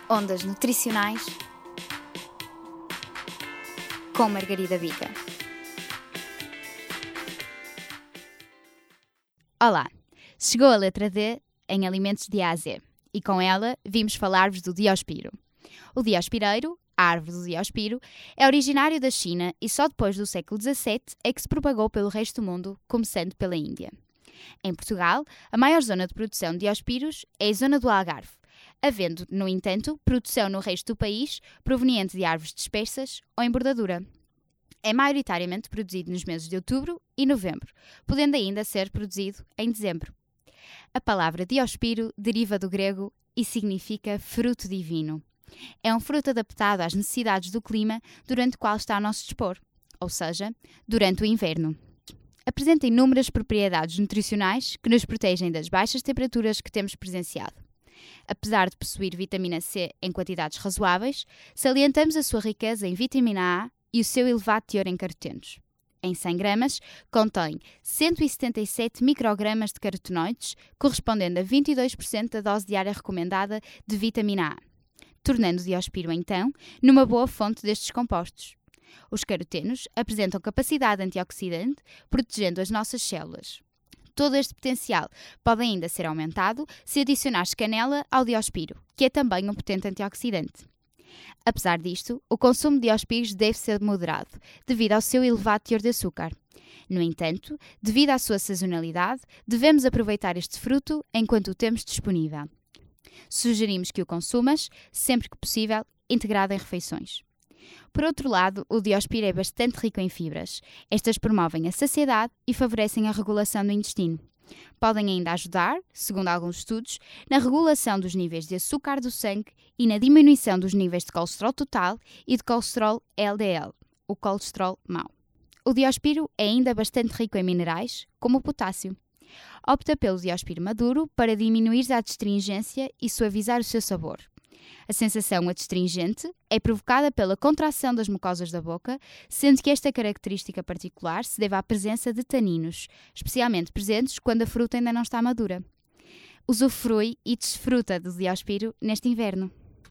Ondas Nutricionais com Margarida Bica. Olá, chegou a letra D em alimentos de A a Z e com ela vimos falar-vos do Diospiro. O diospireiro, a árvore do diospiro, é originário da China e só depois do século XVII é que se propagou pelo resto do mundo, começando pela Índia. Em Portugal, a maior zona de produção de diospiros é a zona do Algarve, havendo, no entanto, produção no resto do país proveniente de árvores dispersas ou em bordadura. É maioritariamente produzido nos meses de outubro e novembro, podendo ainda ser produzido em dezembro. A palavra diospiro deriva do grego e significa fruto divino. É um fruto adaptado às necessidades do clima durante o qual está a nosso dispor, ou seja, durante o inverno. Apresenta inúmeras propriedades nutricionais que nos protegem das baixas temperaturas que temos presenciado. Apesar de possuir vitamina C em quantidades razoáveis, salientamos a sua riqueza em vitamina A e o seu elevado teor em carotenos. Em 100 gramas, contém 177 microgramas de carotenoides, correspondendo a 22% da dose diária recomendada de vitamina A, tornando o diospiro, então, numa boa fonte destes compostos. Os carotenos apresentam capacidade antioxidante, protegendo as nossas células. Todo este potencial pode ainda ser aumentado se adicionares canela ao diospiro, que é também um potente antioxidante. Apesar disto, o consumo de diospiros deve ser moderado, devido ao seu elevado teor de açúcar. No entanto, devido à sua sazonalidade, devemos aproveitar este fruto enquanto o temos disponível. Sugerimos que o consumas, sempre que possível, integrado em refeições. Por outro lado, o diospiro é bastante rico em fibras. Estas promovem a saciedade e favorecem a regulação do intestino. Podem ainda ajudar, segundo alguns estudos, na regulação dos níveis de açúcar do sangue e na diminuição dos níveis de colesterol total e de colesterol LDL, o colesterol mau. O diospiro é ainda bastante rico em minerais, como o potássio. Opta pelo diospiro maduro para diminuir a adstringência e suavizar o seu sabor. A sensação adstringente é provocada pela contração das mucosas da boca, sendo que esta característica particular se deve à presença de taninos, especialmente presentes quando a fruta ainda não está madura. Usufrui e desfruta do diospiro neste inverno.